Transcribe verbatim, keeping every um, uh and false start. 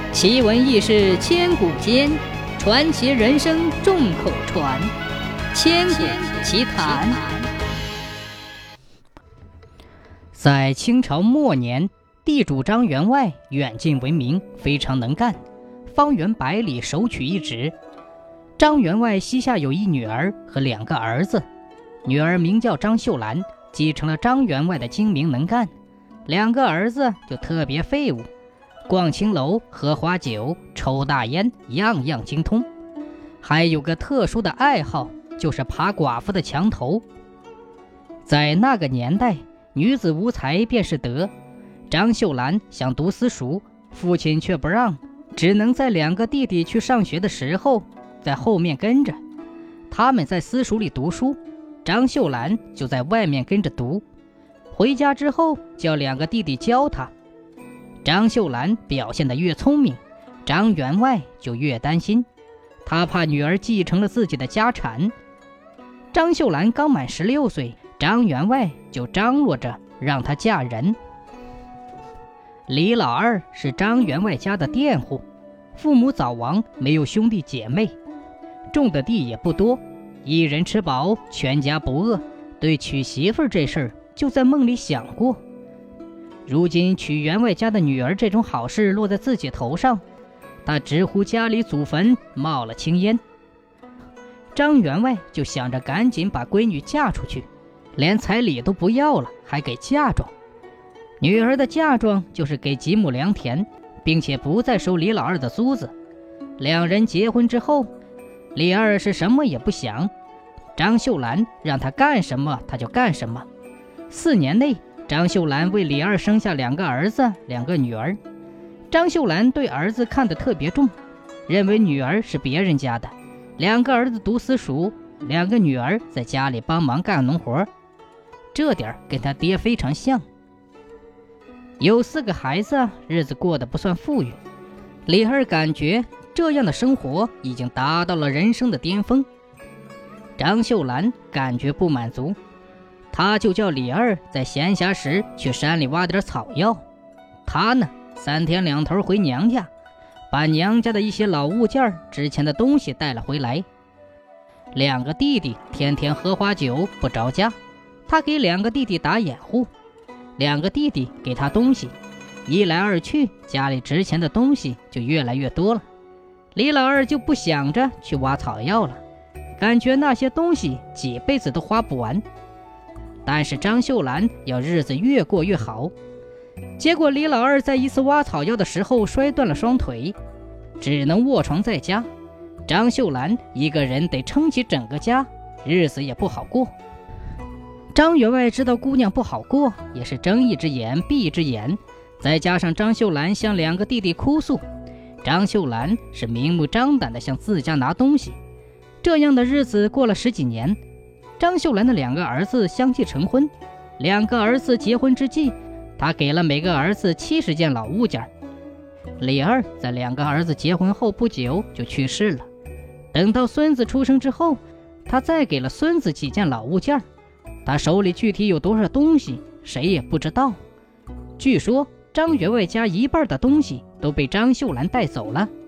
奇闻异事千古间，传奇人生众口传。千古奇谈。在清朝末年，地主张员外远近闻名，非常能干，方圆百里首屈一指。张员外膝下有一女儿和两个儿子，女儿名叫张秀兰，继承了张员外的精明能干，两个儿子就特别废物，逛青楼、喝花酒、抽大烟，样样精通。还有个特殊的爱好，就是爬寡妇的墙头。在那个年代，女子无才便是德。张秀兰想读私塾，父亲却不让，只能在两个弟弟去上学的时候在后面跟着。他们在私塾里读书，张秀兰就在外面跟着读。回家之后叫两个弟弟教她。张秀兰表现得越聪明，张员外就越担心，他怕女儿继承了自己的家产。张秀兰刚满十六岁，张员外就张罗着让她嫁人。李老二是张员外家的佃户，父母早亡，没有兄弟姐妹，种的地也不多，一人吃饱，全家不饿，对娶媳妇这事儿就在梦里想过。如今娶员外家的女儿这种好事落在自己头上，他直呼家里祖坟冒了青烟。张员外就想着赶紧把闺女嫁出去，连彩礼都不要了，还给嫁妆。女儿的嫁妆就是给几亩良田，并且不再收李老二的租子。两人结婚之后，李二是什么也不想，张秀兰让他干什么他就干什么。四年内，张秀兰为李二生下两个儿子两个女儿。张秀兰对儿子看得特别重，认为女儿是别人家的，两个儿子读私塾，两个女儿在家里帮忙干农活，这点跟他爹非常像。有四个孩子，日子过得不算富裕，李二感觉这样的生活已经达到了人生的巅峰。张秀兰感觉不满足，他就叫李二在闲暇时去山里挖点草药。他呢，三天两头回娘家，把娘家的一些老物件、值钱的东西带了回来。两个弟弟天天喝花酒不着家，他给两个弟弟打掩护，两个弟弟给他东西，一来二去，家里值钱的东西就越来越多了。李老二就不想着去挖草药了，感觉那些东西几辈子都花不完。但是张秀兰要日子越过越好，结果李老二在一次挖草药的时候摔断了双腿，只能卧床在家。张秀兰一个人得撑起整个家，日子也不好过。张员外知道姑娘不好过，也是睁一只眼闭一只眼，再加上张秀兰向两个弟弟哭诉，张秀兰是明目张胆地向自家拿东西。这样的日子过了十几年，张秀兰的两个儿子相继成婚，两个儿子结婚之际，他给了每个儿子七十件老物件。李二在两个儿子结婚后不久就去世了，等到孙子出生之后，他再给了孙子几件老物件。他手里具体有多少东西，谁也不知道。据说张员外家一半的东西都被张秀兰带走了。